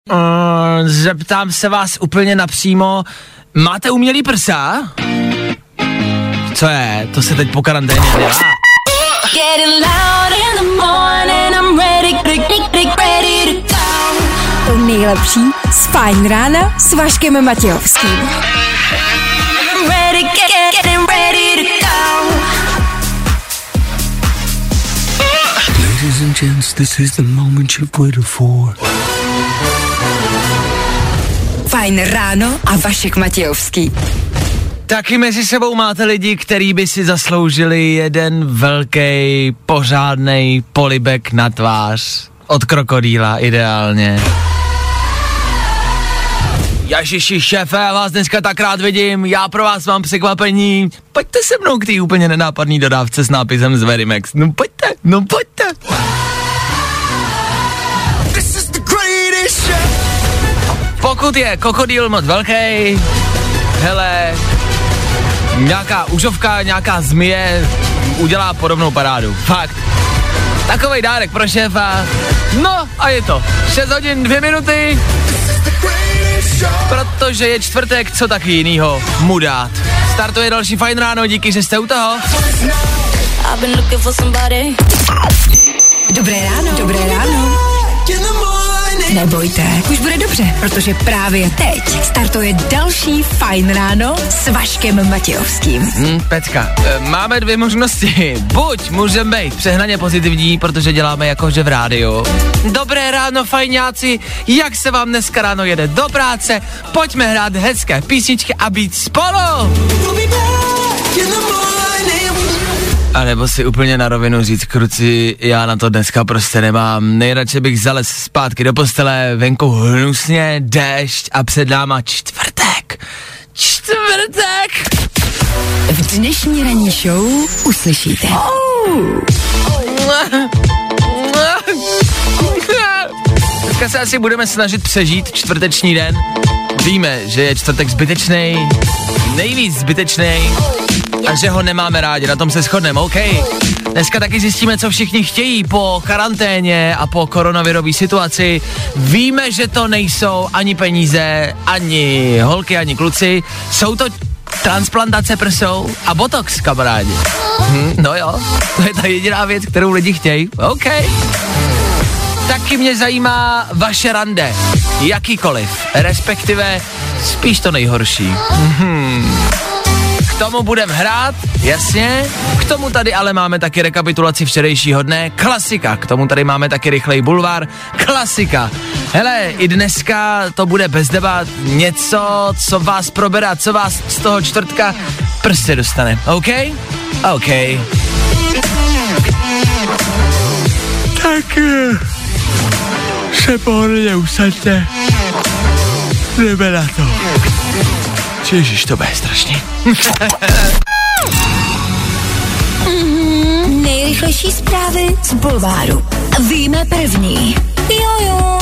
Zeptám se vás úplně napřímo, máte umělý prsa? Co je? To se teď po karanténě dělá. To nejlepší z Fajn rána s Vaškem Matějovským. Ladies and gents, this is the moment you've waited for. Fajn ráno a Vašek Matějovský. Taky mezi sebou máte lidi, který by si zasloužili jeden velký, pořádnej polibek na tvář. Od krokodýla ideálně. Ježiši, šéfe, já vás dneska tak rád vidím, já pro vás mám překvapení. Pojďte se mnou k té úplně nenápadný dodávce s nápisem z Verimex. No pojďte. Pokud je krokodýl moc velký, hele, nějaká užovka, nějaká zmije udělá podobnou parádu. Fakt. Takovej dárek pro šéfa. No a je to 6 hodin 2 minuty, protože je čtvrtek, co taky jinýho mu dát. Startuje další Fajn ráno, díky, že jste u toho. Dobré ráno. Nebojte, už bude dobře, protože právě teď startuje další Fajn ráno s Vaškem Matějovským. Pecka, máme 2 možnosti. Buď můžeme být přehnaně pozitivní, protože děláme jakože v rádiu. Dobré ráno, fajňáci, jak se vám dneska ráno jede do práce? Pojďme hrát hezké písničky a být spolu! A nebo si úplně na rovinu říct, kruci, já na to dneska prostě nemám. Nejradši bych zalez zpátky do postele, venku hnusně, déšť a před náma čtvrtek. V dnešní ranní show uslyšíte. Dneska se asi budeme snažit přežít čtvrteční den. Víme, že je čtvrtek zbytečnej, nejvíc zbytečnej, a že ho nemáme rádi, na tom se shodneme, OK. Dneska taky zjistíme, co všichni chtějí po karanténě a po koronavirové situaci. Víme, že to nejsou ani peníze, ani holky, ani kluci. Jsou to transplantace prsou a botox, kamarádi. No jo, to je ta jediná věc, kterou lidi chtějí, OK. Taky mě zajímá vaše rande, jakýkoliv, respektive spíš to nejhorší. K tomu budeme hrát, jasně, k tomu tady ale máme taky rekapitulaci včerejšího dne, klasika, k tomu tady máme taky rychlej bulvár, klasika. Hele, i dneska to bude bez debat něco, co vás probere, co vás z toho čtvrtka prostě dostane, OK? OK. Tak se pohodlně usaďte, jdeme na to. Ježiš, to bude strašný. Nejrychlejší zprávy z bulváru. Víme první. Jojo.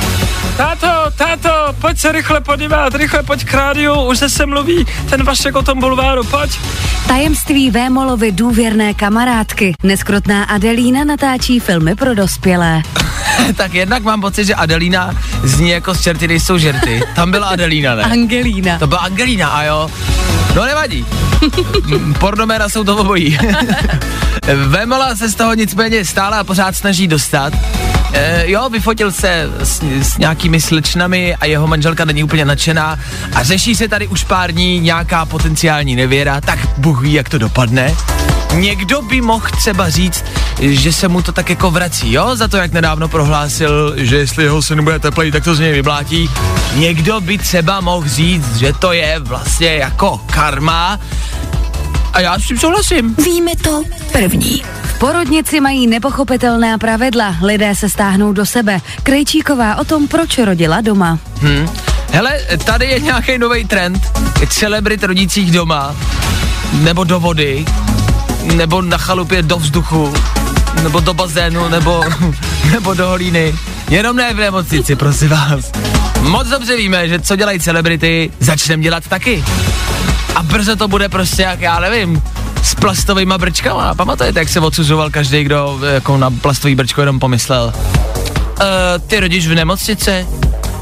Táto, pojď se rychle podívat, rychle pojď k rádiu, už se mluví ten Vašek o tom bulváru, pojď. Tajemství Vémolovy důvěrné kamarádky. Neskrotná Adelína natáčí filmy pro dospělé. Tak jednak mám pocit, že Adelína zní jako z Čerty nejsou žerty. Tam byla Adelína, ne? Angelína. To byla Angelína, a jo. No nevadí. Pornoméra jsou to obojí. Vémola se z toho nicméně stále a pořád snaží dostat. Jo, vyfotil se s nějakými slečnami a jeho manželka není úplně nadšená a řeší se tady už pár dní nějaká potenciální nevěra, tak Bůh ví, jak to dopadne. Někdo by mohl třeba říct, že se mu to tak jako vrací, jo, za to, jak nedávno prohlásil, že jestli jeho syn bude teplej, tak to z něj vyblátí. Někdo by třeba mohl říct, že to je vlastně jako karma. A já s tím souhlasím. Víme to první. V porodnici mají nepochopitelná pravidla, lidé se stáhnou do sebe. Krejčíková o tom, proč rodila doma. Hele, tady je nějaký nový trend celebrit rodících doma, nebo do vody, nebo na chalupě do vzduchu, nebo do bazénu, nebo do holíny. Jenom ne v nemocnici, prosím vás. Moc dobře víme, že co dělají celebrity, začneme dělat taky. A brzo to bude prostě, jak já nevím, s plastovýma brčkama. Pamatujete, jak se odsuzoval každý, kdo jako na plastový brčko jenom pomyslel? Ty rodíš v nemocnici?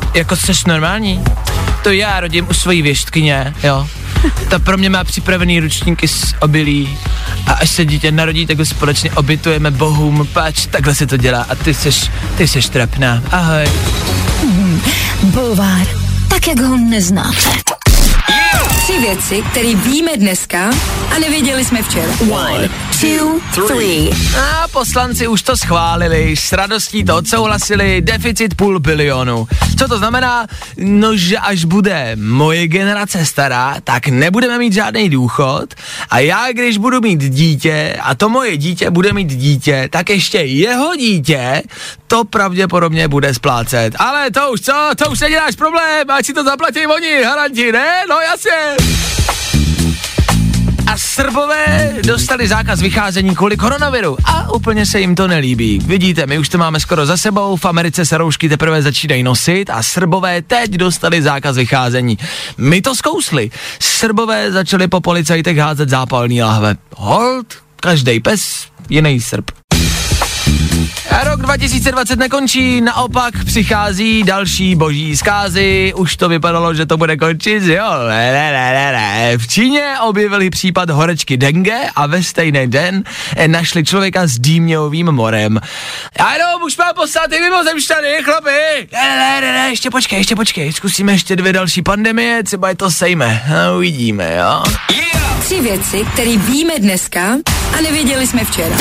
Jako jseš normální? To já rodím u svojí věštkyně, jo. Ta pro mě má připravený ručníky z obilí a až se dítě narodí, tak ho společně obětujeme bohům, pač, takhle se to dělá a ty seš trapná. Ahoj. Bulvár, tak jak ho neznáte. 3 věci, které víme dneska a nevěděli jsme včera. 1, 2, 3. A poslanci už to schválili, s radostí to odsouhlasili, deficit 500 milionu. Co to znamená? No, že až bude moje generace stará, tak nebudeme mít žádný důchod a já, když budu mít dítě a to moje dítě bude mít dítě, tak ještě jeho dítě to pravděpodobně bude splácet. Ale to už co? To už není náš problém, ať si to zaplatí oni, haranti, ne? No jasně. A Srbové dostali zákaz vycházení kvůli koronaviru a úplně se jim to nelíbí. Vidíte, my už to máme skoro za sebou, v Americe se roušky teprve začínají nosit a Srbové teď dostali zákaz vycházení. My to zkousli. Srbové začali po policajtech házet zápalný lahve. Hold, každej pes, jiný Srb. A rok 2020 nekončí, naopak přichází další boží zkázy, už to vypadalo, že to bude končit, jo, ne. V Číně objevili případ horečky dengue a ve stejný den našli člověka s dýmějovým morem. Ano, už mám poslat i mimozemšťany, chlapi. Ne, ještě počkej, zkusíme ještě 2 další pandemie, třeba je to sejme, uvidíme, jo. 3 věci, které víme dneska a nevěděli jsme včera.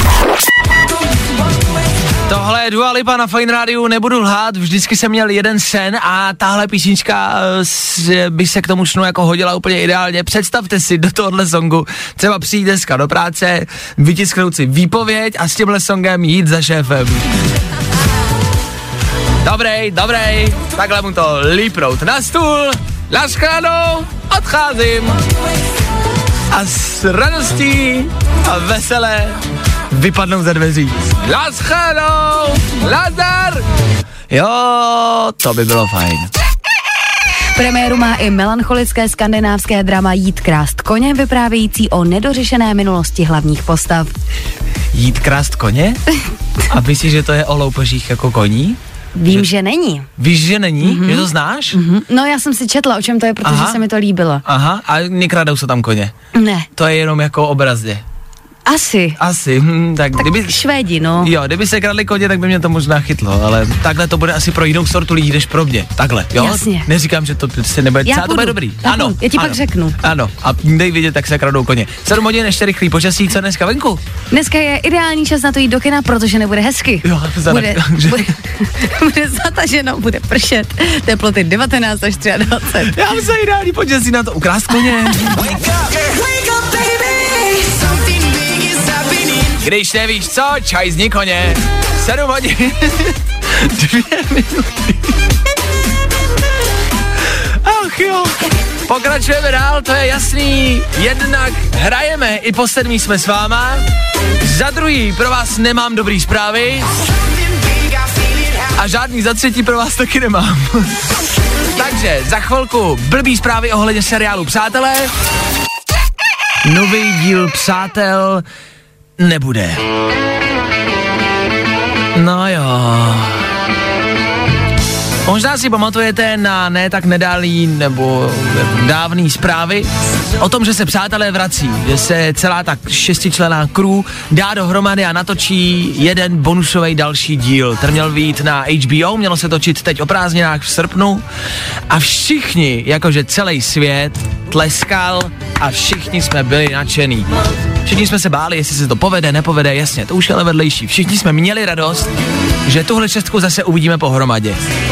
Tohle je Dua Lipa na Fajn rádiu, nebudu lhát, vždycky jsem měl jeden sen a tahle písnička by se k tomu snu jako hodila úplně ideálně. Představte si do tohohle songu třeba přijít dneska do práce, vytisknout si výpověď a s tímhle songem jít za šéfem. Dobrý, takhle mu to lípnout na stůl, naschledanou, odcházím. A s radostí a veselé vypadnou ze dveří. Naschledanou, Lazar! Jo, to by bylo fajn. Premiéru má i melancholické skandinávské drama Jít krást koně, vyprávějící o nedořešené minulosti hlavních postav. Jít krást koně? A myslíš, že to je o loupežích jako koní? Vím, že není. Víš, že není? Že to znáš? No já jsem si četla, o čem to je, protože se mi to líbilo. Aha, a nekradou se tam koně? Ne. To je jenom jako obrazně. Asi, tak kdyby... Švédi, no. Jo, kdyby se kradli koně, tak by mě to možná chytlo, ale takhle to bude asi pro jinou sortu lidí, než pro mě. Takhle, jo? Jasně. Neříkám, že to se nebude, třeba to bude dobrý. Ano. Já ti pak řeknu. Ano, a dej vidět, tak se kradou koně. 7 hodin, ještě rychlý počasí, co dneska venku? Dneska je ideální čas na to jít do kina, protože nebude hezky. Jo, bude zataženo, bude pršet, teploty 19 až 23. Já se ideální počasí na to ukrást koně. Když nevíš co, čajzni koně. 7 hodin, 2 minuty. Ach jo. Pokračujeme dál, to je jasný. Jednak hrajeme, i po 7 jsme s váma. Za druhý pro vás nemám dobrý zprávy. A žádný za třetí pro vás taky nemám. Takže za chvilku blbý zprávy ohledně seriálu Přátelé. Nový díl Přátel nebude. No jo. Možná si pamatujete na ne tak nedálý nebo dávný zprávy o tom, že se Přátelé vrací, že se celá ta 6členná crew dá dohromady a natočí jeden bonusový další díl. Ten měl vyjít na HBO, mělo se točit teď o prázdninách v srpnu a všichni, jakože celý svět, tleskal a všichni jsme byli nadšený. Všichni jsme se báli, jestli se to povede, nepovede, jasně, to už je ale vedlejší. Všichni jsme měli radost, že tuhle 6 zase uvidíme pohromadě.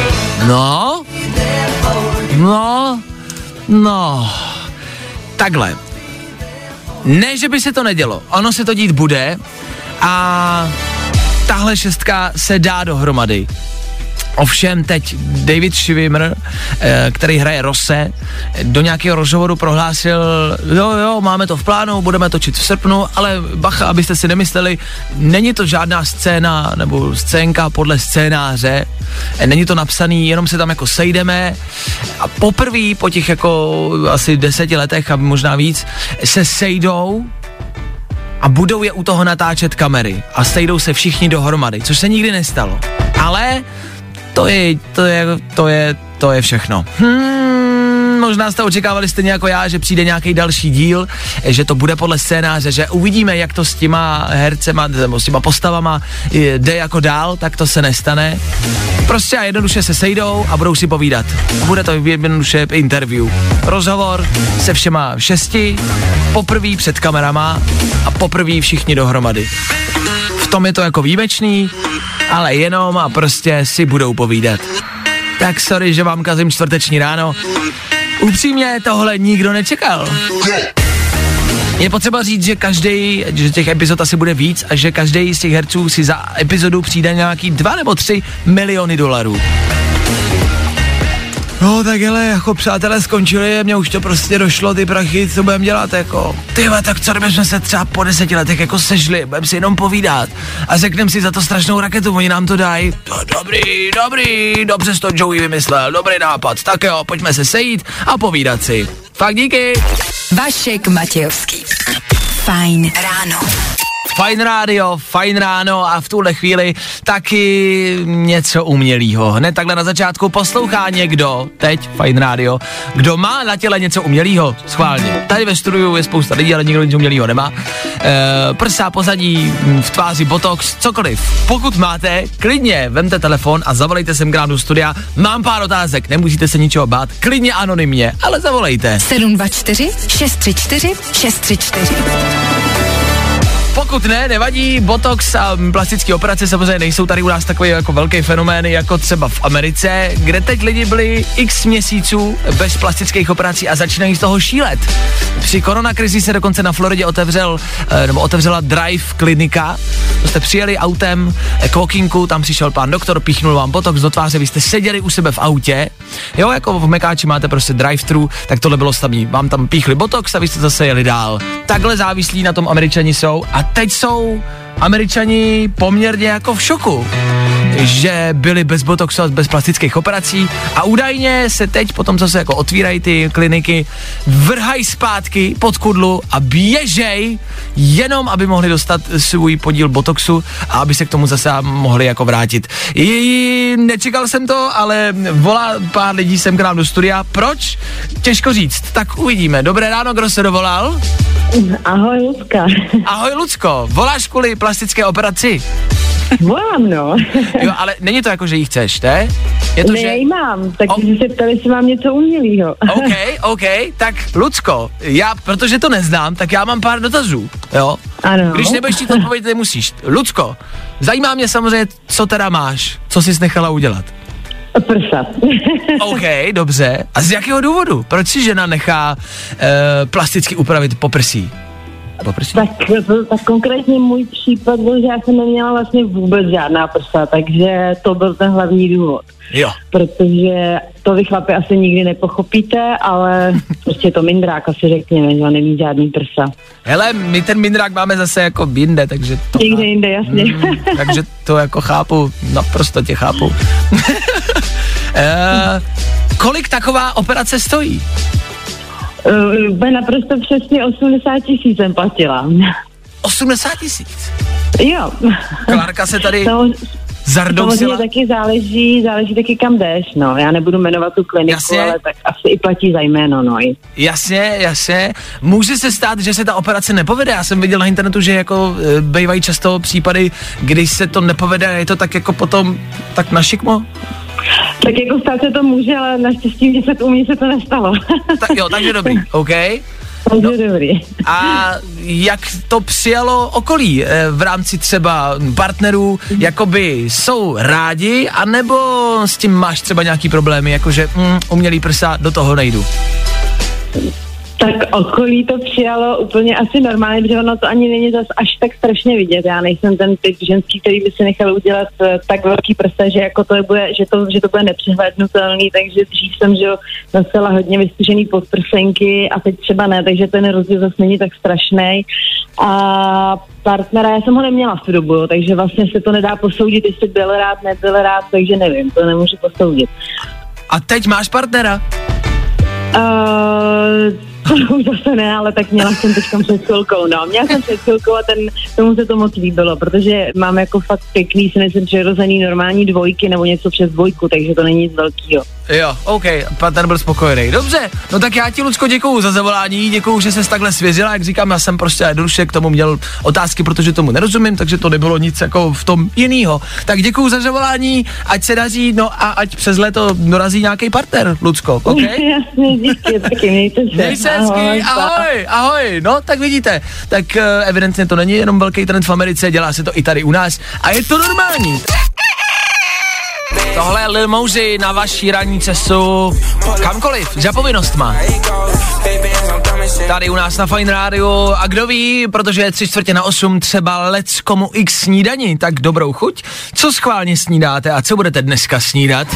No, takhle. Ne, že by se to nedělo, ono se to dít bude a tahle 6 se dá dohromady. Ovšem teď David Schwimmer, který hraje Rosse, do nějakého rozhovoru prohlásil, jo, máme to v plánu, budeme točit v srpnu, ale bacha, abyste si nemysleli, není to žádná scéna nebo scénka podle scénáře, není to napsaný, jenom se tam jako sejdeme a poprvé po těch jako asi 10 letech a možná víc se sejdou a budou je u toho natáčet kamery a sejdou se všichni dohromady, což se nikdy nestalo. Ale To je všechno. Možná jste očekávali stejně jako já, že přijde nějaký další díl, že to bude podle scénáře, že uvidíme, jak to s těma hercema, s těma postavama jde jako dál, tak to se nestane. Prostě a jednoduše se sejdou a budou si povídat. Bude to jednoduše interview. Rozhovor se všema 6, poprvé před kamerama a poprvé všichni dohromady. V tom je to jako výjimečný, ale jenom a prostě si budou povídat. Tak sorry, že vám kazím čtvrteční ráno. Upřímně tohle nikdo nečekal. Je potřeba říct, že těch epizod asi bude víc a že každý z těch herců si za epizodu přijde nějaký 2 nebo 3 miliony dolarů. No tak hele, jako přátelé skončili, mně už to prostě došlo, ty prachy, co budeme dělat, jako. Tyhle, tak co kdybychom se třeba po 10 letech jako sežli, budeme si jenom povídat a řekneme si za to strašnou raketu, oni nám to dají. Dobrý, dobře jsi to Joey vymyslel, dobrý nápad, tak jo, pojďme se sejít a povídat si. Fakt díky. Vašek Matějovský. Fajn ráno. Fajn rádio, fajn ráno a v tuhle chvíli taky něco umělýho. Hned takhle na začátku poslouchá někdo, teď Fajn rádio, kdo má na těle něco umělýho, schválně. Tady ve studiu je spousta lidí, ale nikdo nic umělýho nemá. Prsa, pozadí, v tváři botox, cokoliv. Pokud máte, klidně vemte telefon a zavolejte sem k nám do studia. Mám pár otázek, nemusíte se ničeho bát, klidně anonymně, ale zavolejte. 724 634 634. Pokud ne, nevadí, botox a plastické operace samozřejmě nejsou tady u nás takové jako velké fenomény, jako třeba v Americe, kde teď lidi byli x měsíců bez plastických operací a začínají z toho šílet. Při koronakrizi se dokonce na Floridě otevřela drive klinika. To jste přijeli autem k walkinku, tam přišel pán doktor, píchnul vám botox do tváře, vy jste seděli u sebe v autě, jo, jako v Mekáči máte prostě drive-thru, tak tohle bylo samý, vám tam píchli botox a vy jste zase jeli dál. Takhle závislí na tom Američani jsou a teď jsou Američani poměrně jako v šoku, že byli bez botoxu a bez plastických operací a údajně se teď, potom co se jako otvírají ty kliniky, vrhají zpátky pod kudlu a běžej, jenom aby mohli dostat svůj podíl botoxu a aby se k tomu zase mohli jako vrátit. Nečekal jsem to, ale volá pár lidí sem k nám do studia. Proč? Těžko říct. Tak uvidíme. Dobré ráno, kdo se dovolal? Ahoj, Lucka. Ahoj, Lucko. Voláš kvůli plastické operaci? Volám, no. Jo, ale není to jako, že ji chceš, ne? Je to, ne, že... mám, tak se ptali, jestli mám něco umělýho. OK, tak Lucko, já, protože to neznám, tak já mám pár dotazů, jo? Ano. Když nebudeš ti to odpovědět, nemusíš. Lucko, zajímá mě samozřejmě, co teda máš, co jsi nechala udělat. Prsa. OK, dobře. A z jakého důvodu? Proč si žena nechá plasticky upravit poprsí? Tak konkrétně můj případ byl, že já jsem neměla vlastně vůbec žádná prsa, takže to byl ten hlavní důvod. Jo. Protože to vy chlapi asi nikdy nepochopíte, ale prostě to mindrák asi řekněme, že nemí žádný prsa. Hele, my ten mindrák máme zase jako jinde, takže to... Někde jinde, jasně. Takže to jako chápu, naprosto tě chápu. Kolik taková operace stojí? Naprosto přesně 80 000 jsem platila. 80 000? Jo. Klárka se tady zardousila? Samozřejmě taky záleží taky kam jdeš, no. Já nebudu jmenovat tu kliniku, jasně. Ale tak asi i platí za jméno, no. Jasně. Může se stát, že se ta operace nepovede. Já jsem viděl na internetu, že jako bývají často případy, když se to nepovede, je to tak jako potom tak našikmo? Tak jako stát se to může, ale naštěstí, že u mě se to nestalo. Takže dobrý, OK. Takže dobrý. A jak to přijalo okolí v rámci třeba partnerů, jakoby jsou rádi, anebo s tím máš třeba nějaký problémy, jakože umělý prsa, do toho nejdu? Tak okolí to přijalo úplně asi normálně, protože ono to ani není zas až tak strašně vidět. Já nejsem ten typ ženský, který by si nechal udělat tak velký prsa, že jako to bude, že to bude nepřehlédnutelný, takže dřív jsem nosila hodně vystužený podprsenky a teď třeba ne, takže ten rozdíl zase není tak strašný. A partnera, já jsem ho neměla v tu dobu, takže vlastně se to nedá posoudit, jestli byl rád, nebyl rád, takže nevím, to nemůžu posoudit. A teď máš partnera? Už zase ne, ale tak měla jsem teďka před chvilkou, no. Měla jsem před chvilkou a tomu se to moc líbilo, protože mám jako fakt pěkný, si nejsem přirozený normální dvojky nebo něco přes dvojku, takže to není nic velkýho. Jo, OK, ten byl spokojený. Dobře, no tak já ti, Lucko, děkuju za zavolání, děkuju, že ses takhle svěřila, jak říkám, já jsem prostě jednoduše k tomu měl otázky, protože tomu nerozumím, takže to nebylo nic jako v tom jinýho. Tak děkuju za zavolání, ať se daří, no a ať přes léto dorazí nějaký partner, Lucko, OK? Jasně, díky, taky mějte se. Měj se hezky, ahoj, no tak vidíte, tak evidentně to není jenom velký trend v Americe, dělá se to i tady u nás a je to normální. Tohle je Lil Mosey na vaší ranní cestu kamkoliv, za povinnostma. Tady u nás na Fajn rádiu a kdo ví, protože je 7:45 třeba leckomu x snídaní, tak dobrou chuť. Co schválně snídáte a co budete dneska snídat?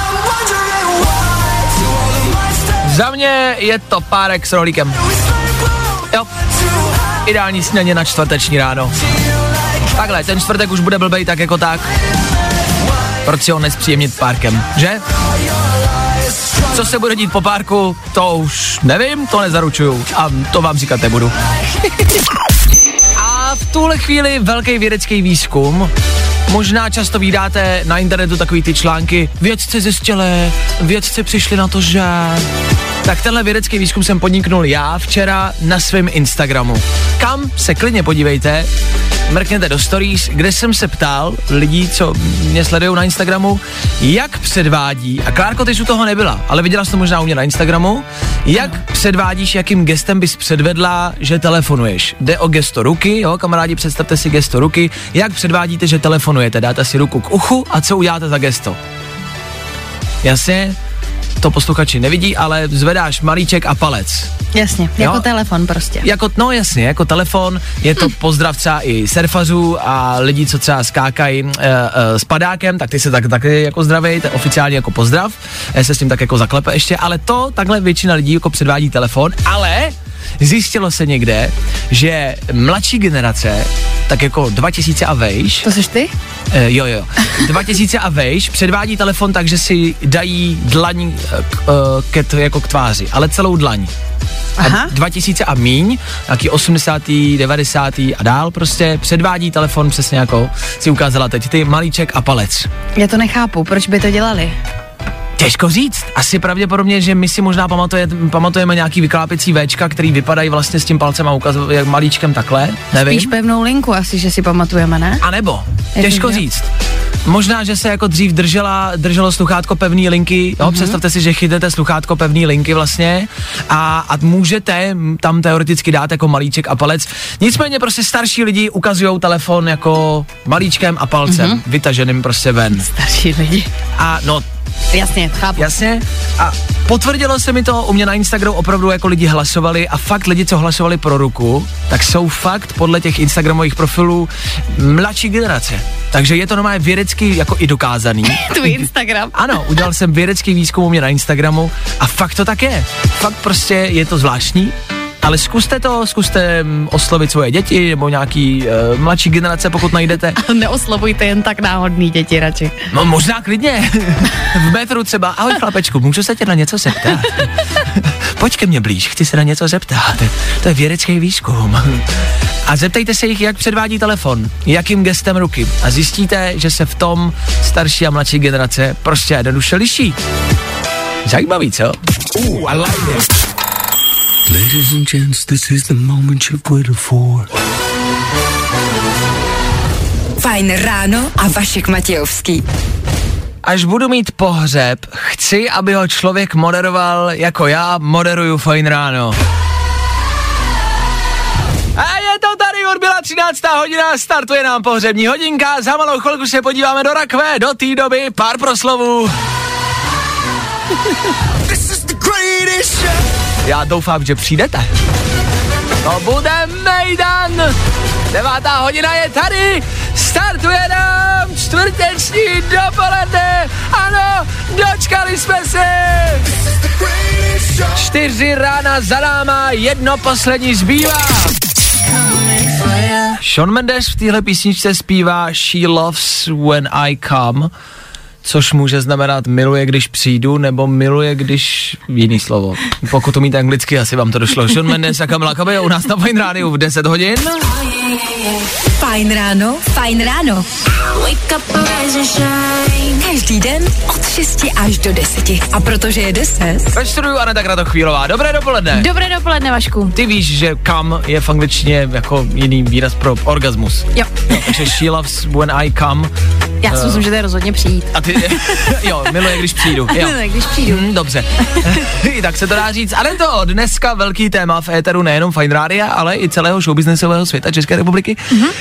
Za mě je to párek s rohlíkem. Jo, ideální snídaně na čtvrteční ráno. Takhle, ten čtvrtek už bude blbej tak jako tak. Proč si ho nezpříjemnit párkem, že? Co se bude dít po párku, to už nevím, to nezaručuju a to vám říkat nebudu. A v tuhle chvíli velký vědecký výzkum. Možná často vídáte na internetu takový ty články, vědci zjistili, vědci přišli na to, že... Tak tenhle vědecký výzkum jsem podniknul já včera na svém Instagramu. Kam se klidně podívejte, mrkněte do stories, kde jsem se ptal lidí, co mě sledují na Instagramu, jak předvádí, a Klárko, ty jsi u toho nebyla, ale viděla jsi to možná u mě na Instagramu, jak předvádíš, jakým gestem bys předvedla, že telefonuješ. Jde o gesto ruky, jo, kamarádi, představte si gesto ruky, jak předvádíte, že telefonujete, dáte si ruku k uchu a co uděláte za gesto. Jasně? To posluchači nevidí, ale zvedáš malíček a palec. Jasně, jo? Jako telefon prostě. No jasně, jako telefon, je to pozdrav třeba i surfařů a lidí, co třeba skákají s padákem, tak ty se taky jako zdravejte, oficiálně jako pozdrav, se s tím tak jako zaklepe ještě, ale to takhle většina lidí jako předvádí telefon, ale zjistilo se někde, že mladší generace, tak jako 2000 a vejš. To seš ty? Jo. 2000 a vejš předvádí telefon tak, že si dají dlaň jako k tváři, ale celou dlaň. Aha. A 2000 a míň, nějaký 80., 90. a dál prostě předvádí telefon přesně jako si ukázala teď ty malíček a palec. Já to nechápu, proč by to dělali? Těžko říct. Asi pravděpodobně, že my si možná pamatujeme nějaký vyklápěcí Včka, který vypadají vlastně s tím palcem a ukazují malíčkem takhle. Nevím. Spíš pevnou linku asi, že si pamatujeme, ne? A nebo. Těžko říct. Možná, že se jako dřív drželo sluchátko pevný linky, jo, představte si, že chytnete sluchátko pevný linky vlastně a můžete tam teoreticky dát jako malíček a palec. Nicméně prostě starší lidi ukazujou telefon jako malíčkem a palcem, vytaženým prostě ven. Starší lidi. A no, jasně, chápu. Jasně. A potvrdilo se mi to, u mě na Instagramu opravdu jako lidi hlasovali a fakt lidi, co hlasovali pro ruku, tak jsou fakt podle těch Instagramových profilů mladší generace. Takže je to normálně vědecky jako i dokázaný. Tvůj Instagram. Ano, udělal jsem vědecký výzkum u mě na Instagramu a fakt to tak je. Fakt prostě je to zvláštní. Ale zkuste oslovit svoje děti nebo nějaký mladší generace, pokud najdete. Neoslovujte jen tak náhodný děti radši. No možná klidně. V metru třeba, ahoj chlapečku, můžu se tě na něco zeptat? Pojď ke mně blíž, chci se na něco zeptat. To je vědecký výzkum. A zeptejte se jich, jak předvádí telefon, jakým gestem ruky. A zjistíte, že se v tom starší a mladší generace prostě jednoduše liší. Zajímavý, co? I like it. Ladies and gents, this is the moment you've waited for. Fajn ráno a Vašek Matějovský. Až budu mít pohřeb, chci, aby ho člověk moderoval, jako já moderuju Fajn ráno. A je to tady, odbyla 13. hodina, startuje nám pohřební hodinka, za malou chvilku se podíváme do rakve, do té doby pár proslovů. Já doufám, že přijdete. To bude mejdan. 9. hodina je tady. Startuje nám čtvrteční dopoledne. Ano, dočkali jsme se. 4 rána za náma, 1 poslední zbývá. Shawn Mendes v téhle písničce zpívá She Loves When I Come, což může znamenat miluje, když přijdu, nebo miluje, když jiný slovo. Pokud to mít anglicky, asi vám to došlo. Shawn Mendes a Camila Cabello u nás na Fajn rádiu v 10 hodin. Fajn ráno, fajn ráno. Každý den od 6 až do 10. A protože je 10. Ve studiu Aneta Kratochvílová. Dobré dopoledne. Dobré dopoledne, Vašku. Ty víš, že come je v angličtině jako jiný výraz pro orgasmus. Jo. Takže she loves when I come. Já si myslím, že to je rozhodně přijít. A ty, jo, miluje, když přijdu. Jo. Miluje, když přijdu. Dobře. Tak se to dá říct. Ale to dneska velký téma v éteru nejenom Fajn rádia, ale i celého showbiznesového světa České republiky.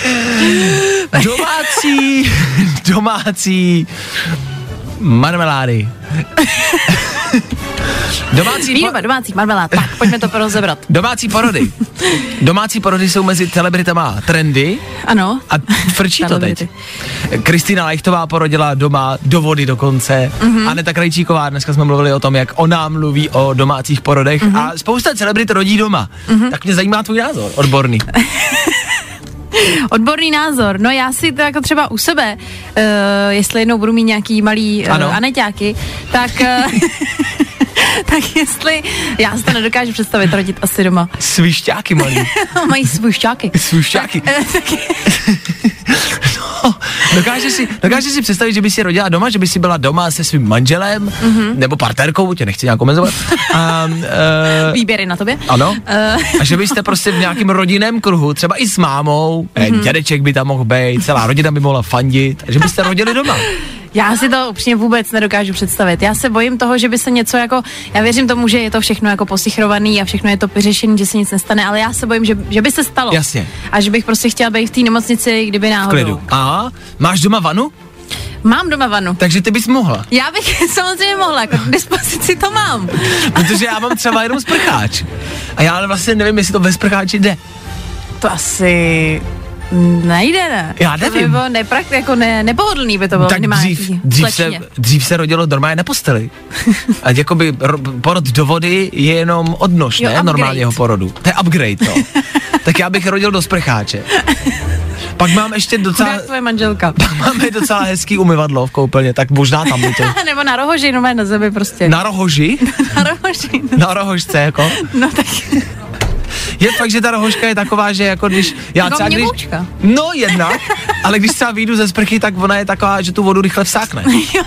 Domácí marmelády. Domácí marmelád. Tak, pojďme to rozebrat. Domácí porody jsou mezi celebritama trendy. Ano. A frčí to teď. Kristýna Lajchtová porodila doma, do vody dokonce. Aneta Krajčíková, dneska jsme mluvili o tom, jak ona mluví o domácích porodech. A spousta celebrit rodí doma. Tak mě zajímá tvůj názor, odborný. Odborný názor, no já si to jako třeba u sebe, jestli jednou budu mít nějaký malý aneťáky, tak jestli, já si to nedokážu představit rodit asi doma. Svišťáky malý. Mají svišťáky. No, dokážeš si představit, že by si rodila doma, že by si byla doma se svým manželem, nebo partnerkou, tě nechci nějak omezovat. Výběry na tobě. Ano. A že byste prostě v nějakém rodinném kruhu, třeba i s mámou, dědeček by tam mohl být, celá rodina by mohla fandit, a že byste rodili doma. Já si to upřímně vůbec nedokážu představit. Já se bojím toho, že by se něco jako, já věřím tomu, že je to všechno jako posichrovaný a všechno je to vyřešený, že se nic nestane, ale já se bojím, že by se stalo. Jasně. A že bych prostě chtěla být v té nemocnici, kdyby náhodou. Klidu. A máš doma vanu? Mám doma vanu. Takže ty bys mohla. Já bych samozřejmě mohla, jako k dispozici to mám. Protože já mám třeba jenom sprcháč. A já ale vlastně nevím, jestli to ve sprcháči jde. To asi nejde, ne? Já nevím. To by bylo jako nepohodlný by to bylo. Tak dřív se rodilo normálně na posteli. A jakoby porod do vody je jenom odnož, ne? Normálního porodu. To je upgrade, to. Tak já bych rodil do sprcháče. Pak mám ještě docela... tvoje manželka. Pak máme docela hezký umyvadlo v koupelně, tak možná tam by to... Nebo na rohoži, no na zemi prostě. Na rohoži? Na rohoži. Na rohožce, jako? No tak... Je fakt, že ta rohožka je taková, že jako když... No jednak, ale když třeba vyjdu ze sprchy, tak ona je taková, že tu vodu rychle vsákne.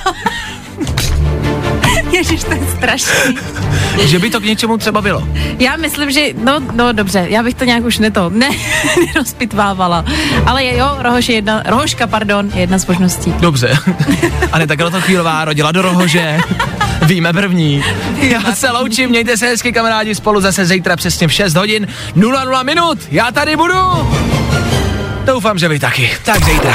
Ježiš, to je strašný. Že by to k něčemu třeba bylo. Já myslím, že, no dobře, já bych to nějak už nerozpitvávala. Ale rohožka je jedna z možností. Dobře. Aneta Kratochvílová rodila do rohože. Víme první. Já se loučím, mějte se hezky, kamarádi, spolu zase zítra přesně v 6 hodin 00 minut. Já tady budu. Doufám, že vy taky. Tak zítra.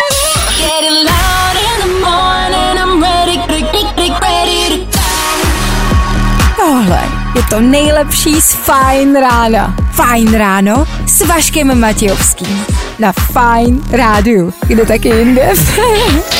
Tohle je to nejlepší z Fajn rána. Fajn ráno s Vaškem Matějovským. Na Fajn rádiu. Kde taky jinde.